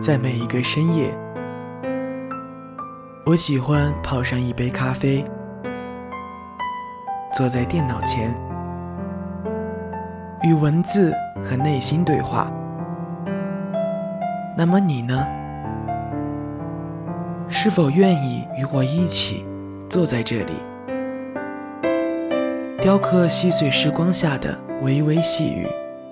在每一个深夜，我喜欢泡上一杯咖啡，坐在电脑前，与文字和内心对话。那么你呢？是否愿意与我一起坐在这里，雕刻细碎时光下的微微细语，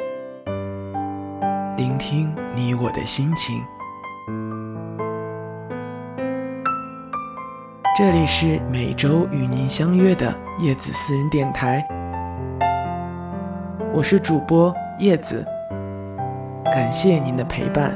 聆听你我的心情。这里是每周与您相约的叶子私人电台，我是主播叶子，感谢您的陪伴。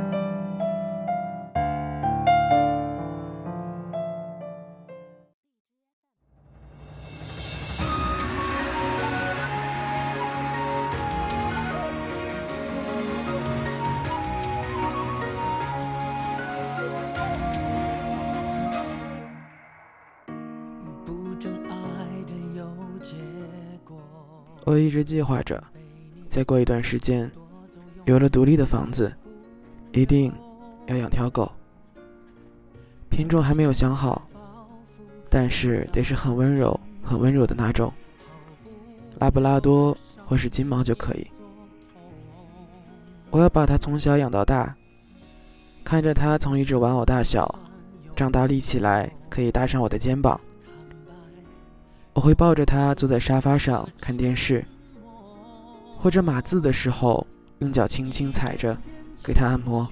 我一直计划着，再过一段时间，有了独立的房子，一定要养条狗。品种还没有想好，但是得是很温柔、很温柔的那种，拉布拉多或是金毛就可以。我要把它从小养到大，看着它从一只玩偶大小，长大立起来可以搭上我的肩膀。我会抱着它坐在沙发上看电视，或者码字的时候用脚轻轻踩着给它按摩。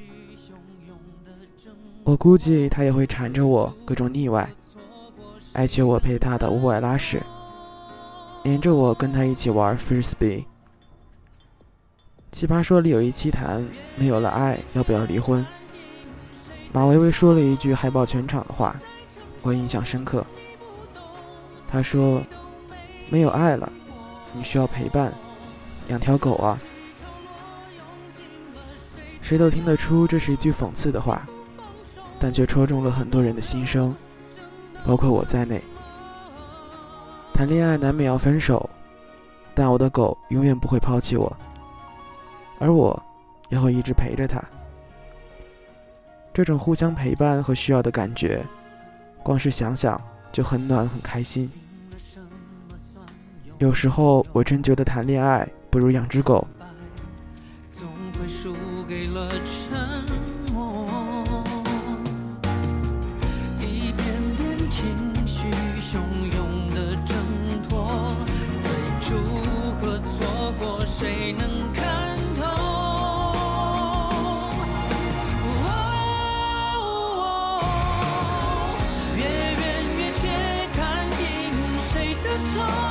我估计它也会缠着我各种腻歪，哀求我陪它到屋外拉屎，黏着我跟它一起玩 Frisbee。 奇葩说里有一期谈没有了爱要不要离婚，马薇薇说了一句嗨爆全场的话，我印象深刻。他说，没有爱了，你需要陪伴，养条狗啊。谁都听得出这是一句讽刺的话，但却戳中了很多人的心声，包括我在内。谈恋爱难免要分手，但我的狗永远不会抛弃我，而我也会一直陪着它。这种互相陪伴和需要的感觉，光是想想就很暖很开心。有时候我真觉得谈恋爱不如养只狗。 总会输给了沉默，一点点情绪汹涌的挣脱，追逐和错过谁能看透？越远越却看尽谁的愁，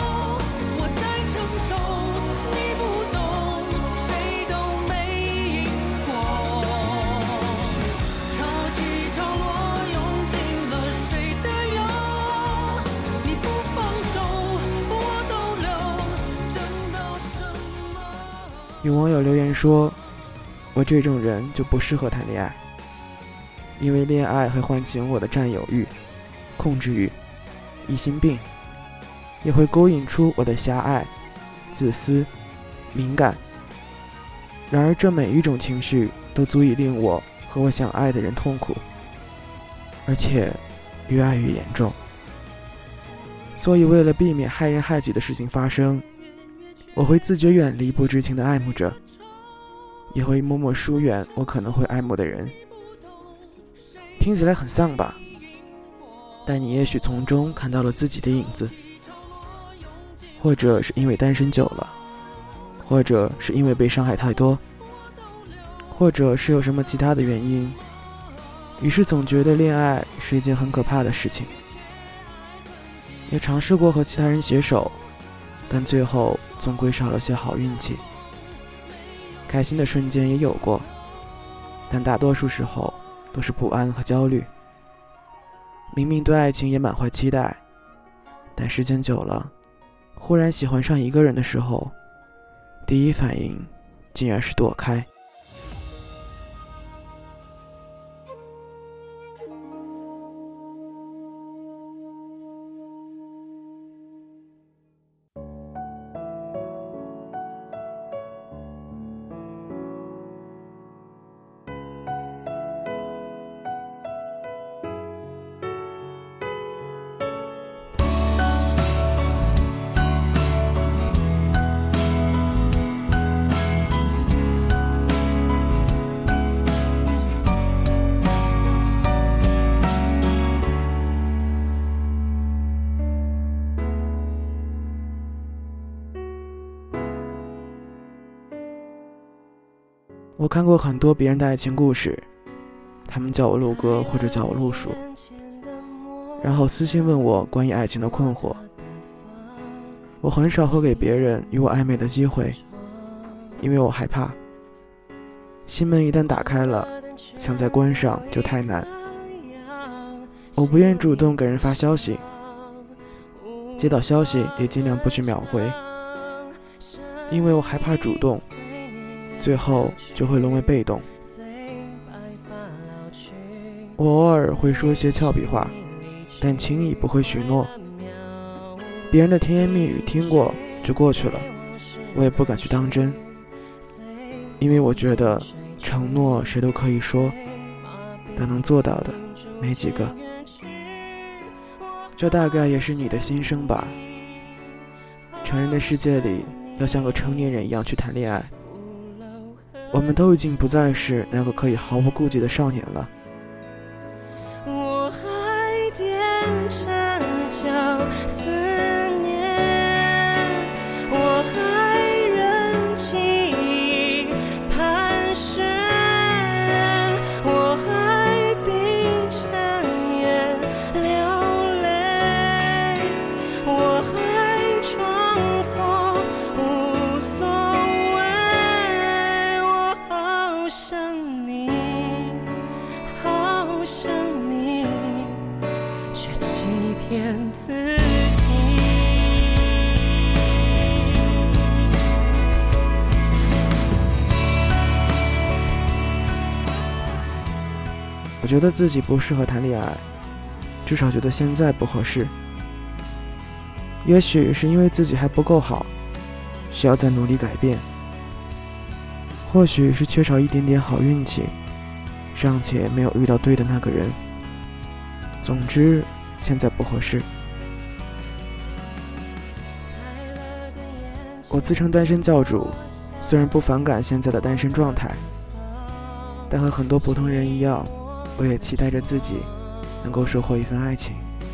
有网友留言说，我这种人就不适合谈恋爱，因为恋爱会唤醒我的占有欲、控制欲、疑心病，也会勾引出我的狭隘、自私、敏感。然而这每一种情绪都足以令我和我想爱的人痛苦，而且越爱越严重。所以为了避免害人害己的事情发生，我会自觉远离不知情的爱慕者，也会默默疏远我可能会爱慕的人。听起来很丧吧，但你也许从中看到了自己的影子，或者是因为单身久了，或者是因为被伤害太多，或者是有什么其他的原因，于是总觉得恋爱是一件很可怕的事情。也尝试过和其他人携手，但最后总归少了些好运气。开心的瞬间也有过，但大多数时候都是不安和焦虑。明明对爱情也满怀期待，但时间久了，忽然喜欢上一个人的时候，第一反应竟然是躲开。 我看过很多别人的爱情故事，他们叫我陆哥或者叫我陆叔，然后私信问我关于爱情的困惑。我很少会给别人与我暧昧的机会，因为我害怕心门一旦打开了，想再关上就太难。我不愿主动给人发消息，接到消息也尽量不去秒回，因为我害怕主动，最后就会沦为被动。我偶尔会说一些俏皮话，但轻易不会许诺。别人的甜言蜜语听过就过去了，我也不敢去当真，因为我觉得承诺谁都可以说，但能做到的没几个。这大概也是你的心声吧。成人的世界里，要像个成年人一样去谈恋爱。我们都已经不再是那个可以毫不顾忌的少年了。 我还踮着脚思念，我还忍记忆盘旋，我还闭着眼流泪，我还装作无所谓。我好想你，好想你，却欺骗自己。 我觉得自己不适合谈恋爱，至少觉得现在不合适。也许是因为自己还不够好，需要再努力改变。或许是缺少一点点好运气，尚且没有遇到对的那个人。总之，现在不合适。我自称单身教主，虽然不反感现在的单身状态，但和很多普通人一样，我也期待着自己能够收获一份爱情。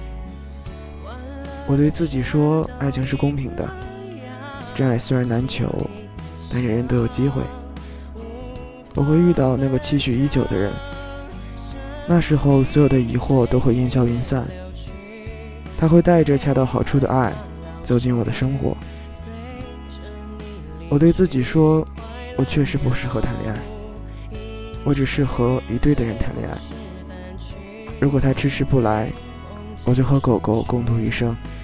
我对自己说，爱情是公平的，真爱虽然难求，但人人都有机会。我会遇到那个期许已久的人，那时候所有的疑惑都会烟消云散，他会带着恰到好处的爱走进我的生活。我对自己说，我确实不适合谈恋爱，我只适合与对的人谈恋爱。如果他迟迟不来，我就和狗狗共度余生。